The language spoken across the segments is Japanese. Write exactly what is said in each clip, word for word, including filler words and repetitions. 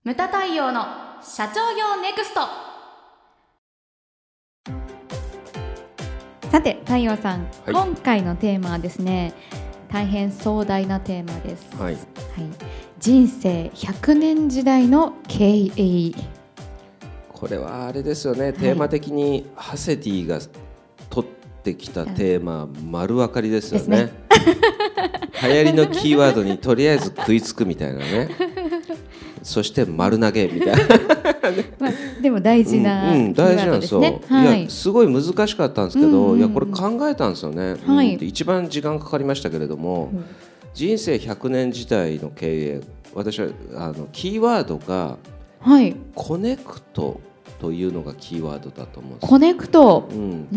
ムタ太陽の社長業ネクスト。さて太陽さん、はい、今回のテーマはですね、大変壮大なテーマです、 はいはい、 人生ひゃくねん時代の経営。 これはあれですよね、はい、テーマ的にハセディが取ってきたテーマ、丸分かりですよ ね, ね流行りのキーワードにとりあえず食いつくみたいなねそして丸投げみたいなまあ、でも大事なキーワードですね、うんうん、大事なんですよ、 はい、いやすごい難しかったんですけど、うんうんうん、いやこれ考えたんですよね、 はい、 うん、一番時間かかりましたけれども、うん、人生ひゃくねん時代の経営、私はあのキーワードが、 はい、 コネクトというのがキーワードだと思うんです。 コネクト、 うん、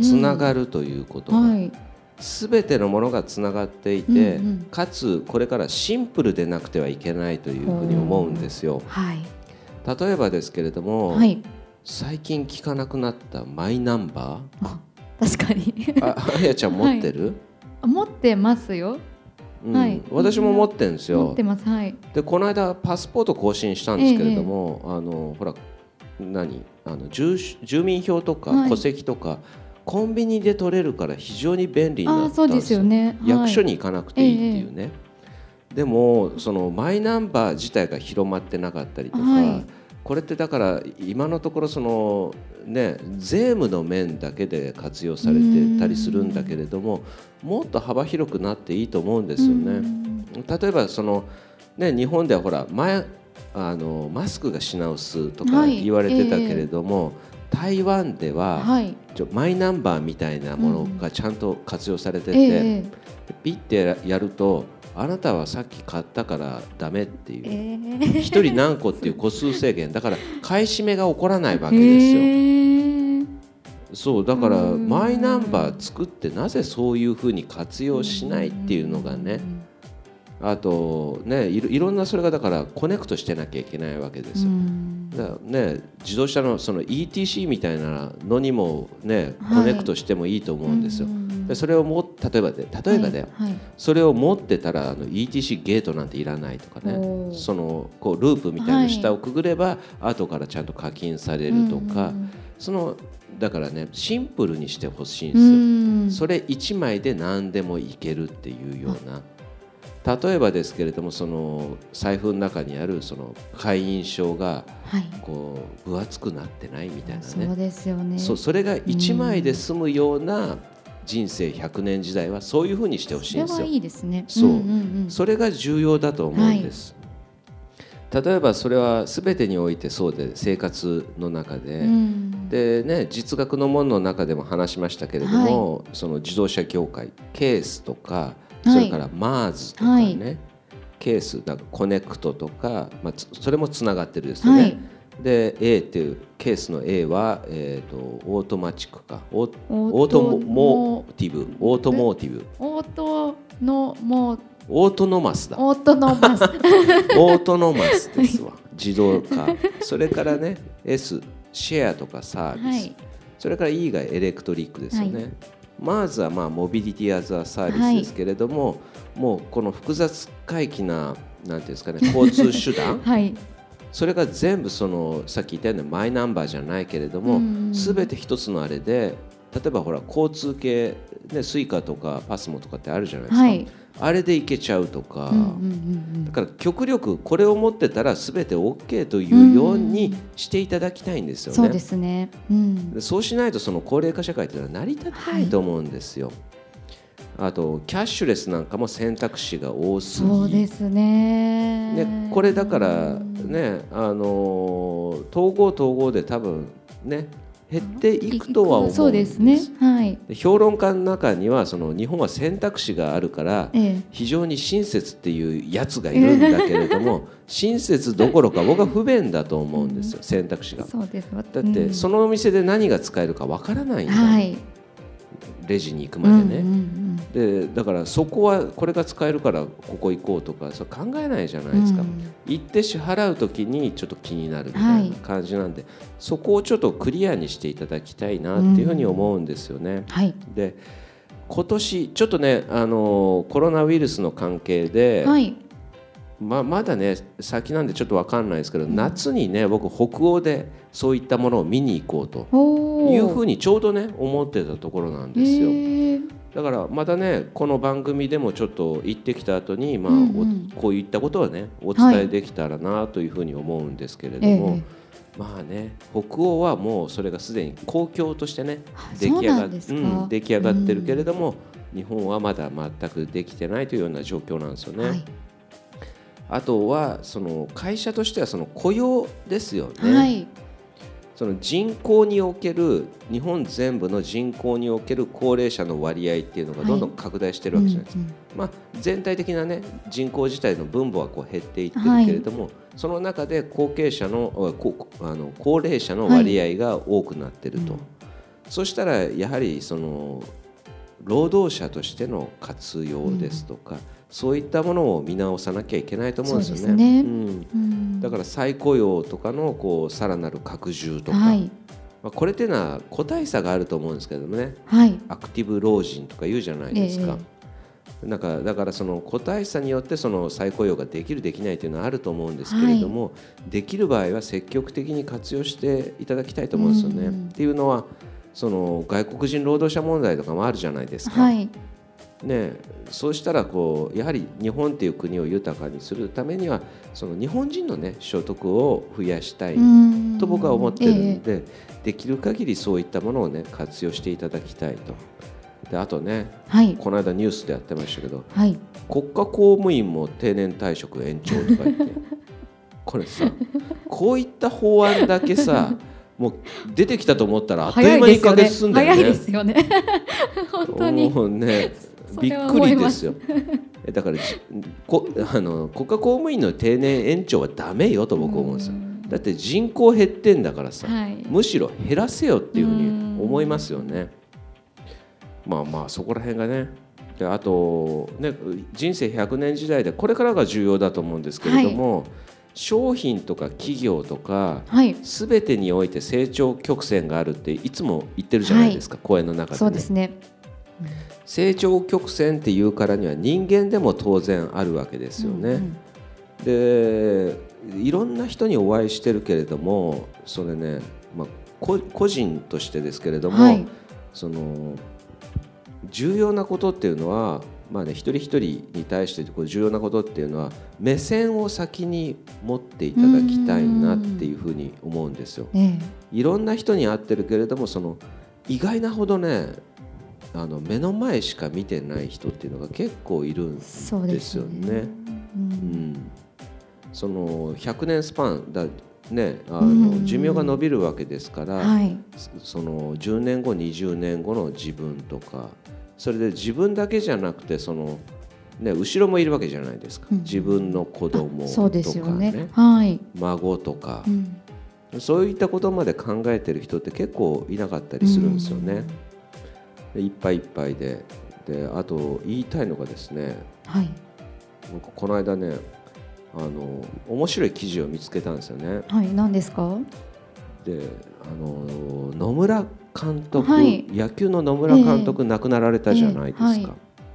つながるということが、うん、はい、全てのものがつながっていて、うんうん、かつこれからシンプルでなくてはいけないというふうに思うんですよ、 はい、 例えばですけれども、はい、最近聞かなくなったマイナンバー、確かにあ、あやちゃん持ってる？ はい、持ってますよ、 うん、はい、私も持ってるんですよ。 持ってます、はい、 でこの間パスポート更新したんですけれども、ええ、あのほら何あの 住, 住民票とか戸籍とか、はい、コンビニで取れるから非常に便利になったんですよ。 そうですよね、はい、 役所に行かなくていいっていうね、ええ、でもそのマイナンバー自体が広まってなかったりとか、はい、これってだから今のところその、ね、税務の面だけで活用されてたりするんだけれども、もっと幅広くなっていいと思うんですよね。例えばその、ね、日本ではほら前あのマスクが品薄とか言われてたけれども、はい、えー、台湾では、はい、ちょマイナンバーみたいなものがちゃんと活用されてて、うん、えー、ピッてやるとあなたはさっき買ったからダメっていう、えー、ひとり何個っていう個数制限だから買い占めが起こらないわけですよ、えー、そうだからマイナンバー作ってなぜそういうふうに活用しないっていうのがね、あとね、いろ、いろんなそれがだからコネクトしてなきゃいけないわけですよ。だからね、自動車のその イーティーシー みたいなのにもね、コネクトしてもいいと思うんですよ。はい、でそれをも例えばで例えばで、はいはい、それを持ってたらあの イーティーシー ゲートなんていらないとかね、そのこうループみたいな下をくぐれば、はい、後からちゃんと課金されるとか、そのだからねシンプルにしてほしいんですよ。それいちまいで何でもいけるっていうような。例えばですけれども、その財布の中にあるその会員証がこう分厚くなってないみたいなね、 そうですよね。 そ、それがいちまいで済むような人生ひゃくねん時代はそういうふうにしてほしいんですよ。 それはいいですね。 そう、うんうんうん、それが重要だと思うんです、はい、例えばそれは全てにおいてそうで、生活の中で、うん、でね、実学の門の中でも話しましたけれども、はい、その自動車業界ケースとかそれから マーズ とかね、はい、ケースだからコネクトとか、まあ、それもつながってるですよね、はい、で A っていうケースの A は、えー、とオートマチックかオートモーティブオートモーティブオートノモオートノマスだオートノマスオートノマスですわ、自動化。それからね S シェアとかサービス、はい、それから E がエレクトリックですよね、はい、まずはまあモビリティアザーサービスですけれども、はい、もうこの複雑回帰な、なんていうんですかね、交通手段、はい、それが全部そのさっき言ったようなマイナンバーじゃないけれども、すべて一つのあれで、例えばほら交通系、ね、スイカとかパスモとかってあるじゃないですか、はい、あれでいけちゃうとか、うんうんうんうん、だから極力これを持ってたらすべて OK というようにしていただきたいんですよね。 そうですね、うん、 そうしないとその高齢化社会というのは成り立たないと思うんですよ、はい、あとキャッシュレスなんかも選択肢が多すぎ、 そうですね、 ね、これだからね、あの統合統合で多分ね減っていくとは思うんです。 そうですね、はい、 で評論家の中にはその日本は選択肢があるから、ええ、非常に親切っていうやつがいるんだけれども、親切どころか僕は不便だと思うんですよ、うん、選択肢が。 そうです。 だってそのお店で何が使えるかわからないんだ、はい、レジに行くまでね、うんうんうん、でだからそこはこれが使えるからここ行こうとかそれ考えないじゃないですか、うん、行って支払うときにちょっと気になるみたいな感じなんで、はい、そこをちょっとクリアにしていただきたいなっていうふうに思うんですよね、うんはい、で今年ちょっとね、あのコロナウイルスの関係で、はい、 ま, まだね先なんでちょっと分かんないですけど、うん、夏にね僕北欧でそういったものを見に行こうというふうにちょうどね思ってたところなんですよ。だからまたねこの番組でもちょっと行ってきた後に、まあうんうん、こういったことはねお伝えできたらなというふうに思うんですけれども、はい、まあね北欧はもうそれがすでに公共としてね出来上が、うん、出来上がってるけれども、うん、日本はまだ全くできてないというような状況なんですよね。はい、あとはその会社としてはその雇用ですよね。はい、その人口における日本全部の人口における高齢者の割合っていうのがどんどん拡大してるわけじゃないですか。はい、うんうん、まあ、全体的な、ね、人口自体の分母はこう減っていってるけれども、はい、その中で後継者のあの高齢者の割合が多くなっていると、はい、うん、そしたらやはりその労働者としての活用ですとか、うん、そういったものを見直さなきゃいけないと思うんですよね。そうですね、うんうん、だから再雇用とかのこうさらなる拡充とか、はい、まあ、これっていうのは個体差があると思うんですけどもね、はい、アクティブ老人とか言うじゃないですか。えー、なんかだからその個体差によってその再雇用ができるできないというのはあると思うんですけれども、はい、できる場合は積極的に活用していただきたいと思うんですよね。っていうのはその外国人労働者問題とかもあるじゃないですか。はい、ね、そうしたらこうやはり日本という国を豊かにするためにはその日本人の、ね、所得を増やしたいと僕は思ってるんで、ええ、できる限りそういったものを、ね、活用していただきたいと。であとね、はい、この間ニュースでやってましたけど、はい、国家公務員も定年退職延長とか言ってこれさこういった法案だけさもう出てきたと思ったらあっという間にいっかげつ進んだよね。 早いですよね本当にもうねびっくりですよ。だからこあの国家公務員の定年延長はダメよと僕は思うんですよ。だって人口減ってんだからさ、はい、むしろ減らせよっていうふうに思いますよね。まあまあそこら辺がね。であとね人生ひゃくねん時代でこれからが重要だと思うんですけれども、はい、商品とか企業とか、はい、全てにおいて成長曲線があるっていつも言ってるじゃないですか、はい、講演の中でね。そうですね。成長曲線っていうからには人間でも当然あるわけですよね。うんうん、でいろんな人にお会いしてるけれどもそれね、まあ、個人としてですけれども、はい、その重要なことっていうのは、まあね、一人一人に対してこう重要なことっていうのは目線を先に持っていただきたいなっていうふうに思うんですよ。ね、いろんな人に会ってるけれどもその意外なほどねあの目の前しか見てない人っていうのが結構いるんですよね。そうですよね。うんうん、そのひゃくねんスパンだ、ね、あの寿命が伸びるわけですから、はい、そのじゅうねんごにじゅうねんごの自分とかそれで自分だけじゃなくてその、ね、後ろもいるわけじゃないですか、うん、自分の子供とか、ね、そうね、はい、孫とか、うん、そういったことまで考えてる人って結構いなかったりするんですよね。うん、いっぱいいっぱいで、であと言いたいのがですね、はい、僕この間ねあの面白い記事を見つけたんですよね。はい、何ですか？であの野村監督、はい、野球の野村監督、えー、亡くなられたじゃないですか。えーはい、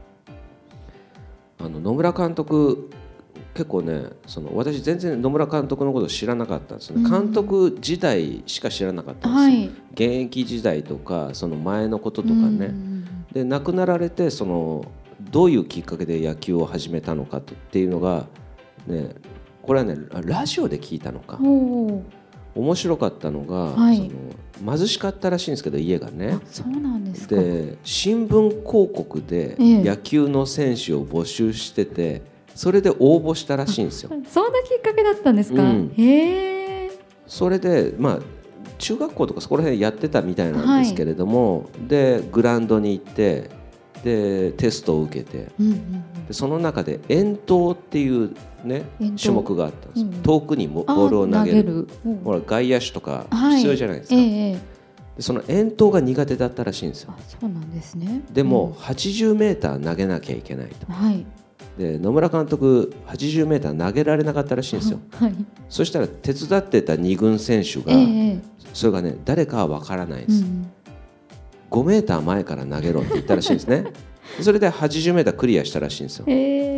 あの野村監督結構ねその私全然野村監督のことを知らなかったんですね。うん、監督時代しか知らなかったんですよ。はい、現役時代とかその前のこととかね。うん、で亡くなられてそのどういうきっかけで野球を始めたのかっていうのがね、これはねラジオで聞いたのか面白かったのが、はい、その貧しかったらしいんですけど家がね。あ、そうなんですか。で新聞広告で野球の選手を募集してて、ええ、それで応募したらしいんですよ。そんなきっかけだったんですか。うん、へー。それでまあ中学校とかそこら辺やってたみたいなんですけれども、はい、でグラウンドに行ってでテストを受けて、うんうんうん、でその中で遠投っていう、ね、種目があったんですよ。うん、遠くにボールを投げる、投げる、うん、ほら外野手とか必要じゃないですか。はい、えー、でその遠投が苦手だったらしいんですよ。あ、そうなんですね。でも、うん、はちじゅうメーター投げなきゃいけないと。はい、で野村監督はちじゅうメーター投げられなかったらしいんですよ。はい、そしたら手伝ってたに軍選手が、えー、それがね誰かは分からないんです。うん、ごメーター前から投げろって言ったらしいんですね。それではちじゅうメータークリアしたらしいんですよ。えー、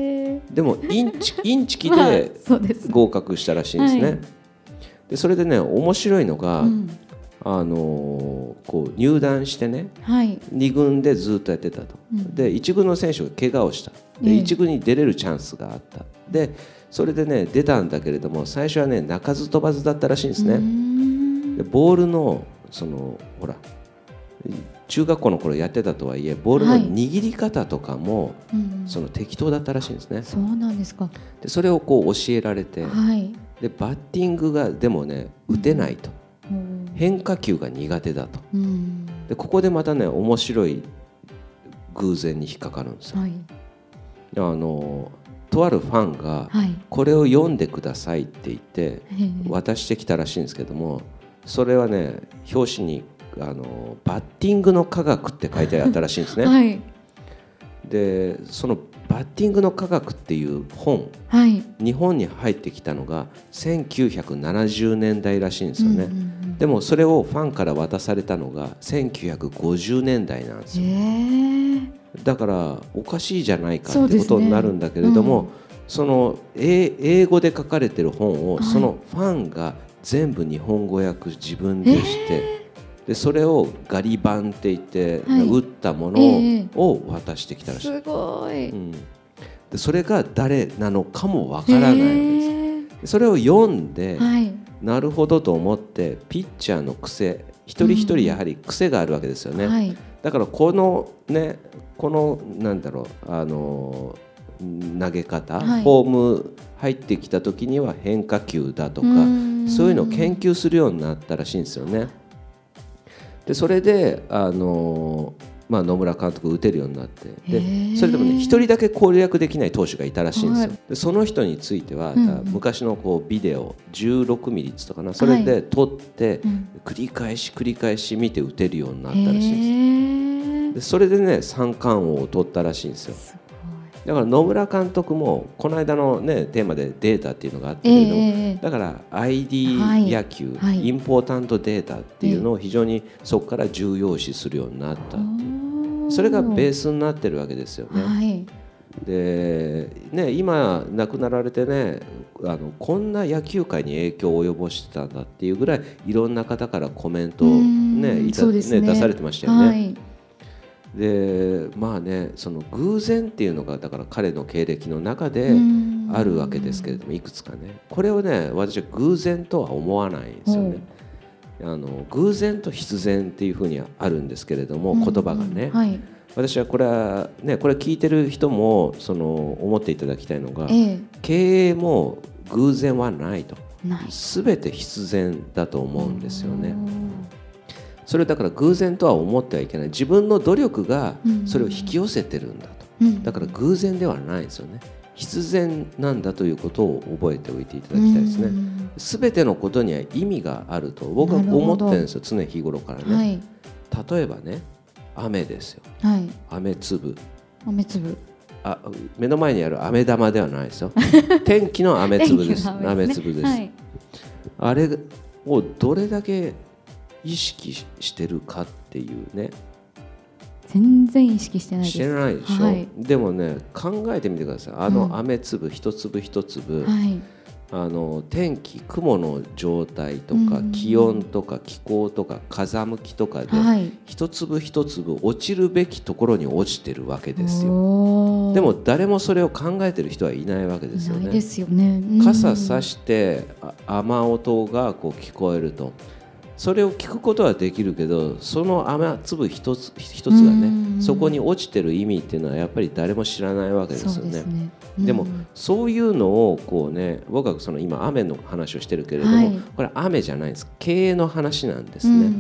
でもインチ、インチキで合格したらしいんですね、はい、でそれでね面白いのが、うん、あのー、こう入団してね、はい、に軍でずっとやってたと、うん、でいち軍の選手が怪我をしたで、いち軍に出れるチャンスがあったでそれでね出たんだけれども最初はね鳴かず飛ばずだったらしいんですね。でボールのそのほら中学校の頃やってたとはいえボールの握り方とかも、はい、その適当だったらしいんですね。 そうなんですか。 でそれをこう教えられて、はい、でバッティングがでもね打てないと、うん、変化球が苦手だと、うん、でここでまたね面白い偶然に引っかかるんですよ、はい、あのとあるファンがこれを読んでくださいって言って渡してきたらしいんですけども、それはね表紙にあのバッティングの科学って書いてあったらしいんですね、はい、でそのバッティングの科学っていう本、はい、日本に入ってきたのがせんきゅうひゃくななじゅうねんだいらしいんですよね、うんうんうん、でもそれをファンから渡されたのがせんきゅうひゃくごじゅうねんだいなんですよ。だからおかしいじゃないかってことになるんだけれども、 そ,、ねうん、その英語で書かれてる本をそのファンが全部日本語訳自分でして、でそれをガリ版って言って、はい、打ったものを渡してきたらしい、 すごい、 うん、でそれが誰なのかもわからないわけです。それを読んで、はい、なるほどと思ってピッチャーの癖一人一人やはり癖があるわけですよね、うんはい、だからこのねこのなんだろうあの投げ方、はい、フォーム入ってきた時には変化球だとかそういうのを研究するようになったらしいんですよね。でそれであの、まあ、野村監督打てるようになってでそれでもね一人だけ攻略できない投手がいたらしいんですよ。でその人については、うん、昔のこうビデオじゅうろくミリとかなそれで撮って、はい、繰り返し繰り返し見て打てるようになったらしいんです。でそれでね三冠王を取ったらしいんですよ。だから野村監督もこの間の、ね、テーマでデータっていうのがあったけれども、えー、だから アイディー 野球、はい、インポータントデータっていうのを非常にそこから重要視するようになったっていうそれがベースになってるわけですよね、はい、でね今亡くなられてねあのこんな野球界に影響を及ぼしてたんだっていうぐらいいろんな方からコメントを、ねいたね、ね出されてましたよね、はいでまあね、その偶然っていうのがだから彼の経歴の中であるわけですけれどもいくつかねこれをね私は偶然とは思わないんですよね。あの偶然と必然っていうふうにはあるんですけれども言葉がね、はい、私はこれはねこれ聞いてる人もその思っていただきたいのが、ええ、経営も偶然はないと全て必然だと思うんですよね。それだから偶然とは思ってはいけない自分の努力がそれを引き寄せてるんだと、うん、だから偶然ではないですよね。必然なんだということを覚えておいていただきたいですね。すべてのことには意味があると僕は思ってるんですよ常日頃からね、はい、例えばね雨ですよ、はい、雨粒雨粒あ目の前にある飴玉ではないですよ天気の雨粒です雨粒です、はい、あれをどれだけ意識してるかっていうね全然意識してないです。 してないでしょ、はい、でもね考えてみてください。あの雨粒一粒一粒、はい、あの天気雲の状態とか、うん、気温とか気候とか風向きとかで、はい、一粒一粒落ちるべきところに落ちてるわけですよ。でも誰もそれを考えてる人はいないわけですよね。 ないですよね、うん、 傘さして雨音がこう聞こえるとそれを聞くことはできるけどその雨粒一つ一つがねそこに落ちてる意味っていうのはやっぱり誰も知らないわけですよ ね, で, ね、うん、でもそういうのをこうね僕はその今雨の話をしてるけれども、はい、これ雨じゃないです経営の話なんですね、うんうん、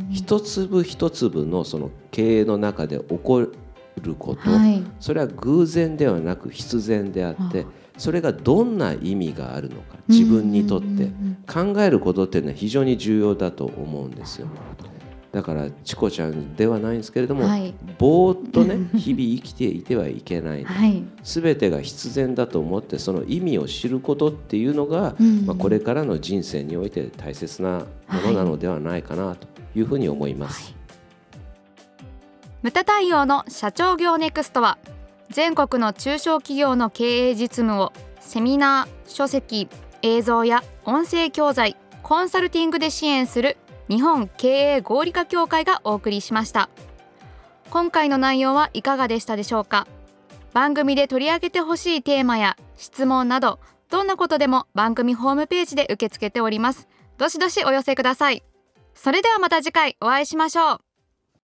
一粒一粒のその経営の中で起こること、はい、それは偶然ではなく必然であってそれがどんな意味があるのか自分にとって考えることっていうのは非常に重要だと思うんですよ。だからチコちゃんではないんですけれども、はい、ぼーっとね日々生きていてはいけない、はい、全てが必然だと思ってその意味を知ることっていうのが、うんまあ、これからの人生において大切なものなのではないかなというふうに思います、はい、 ムタ太陽の社長業ネクストは全国の中小企業の経営実務をセミナー、書籍、映像や音声教材、コンサルティングで支援する日本経営合理化協会がお送りしました。今回の内容はいかがでしたでしょうか。番組で取り上げてほしいテーマや質問など、どんなことでも番組ホームページで受け付けております。どしどしお寄せください。それではまた次回お会いしましょう。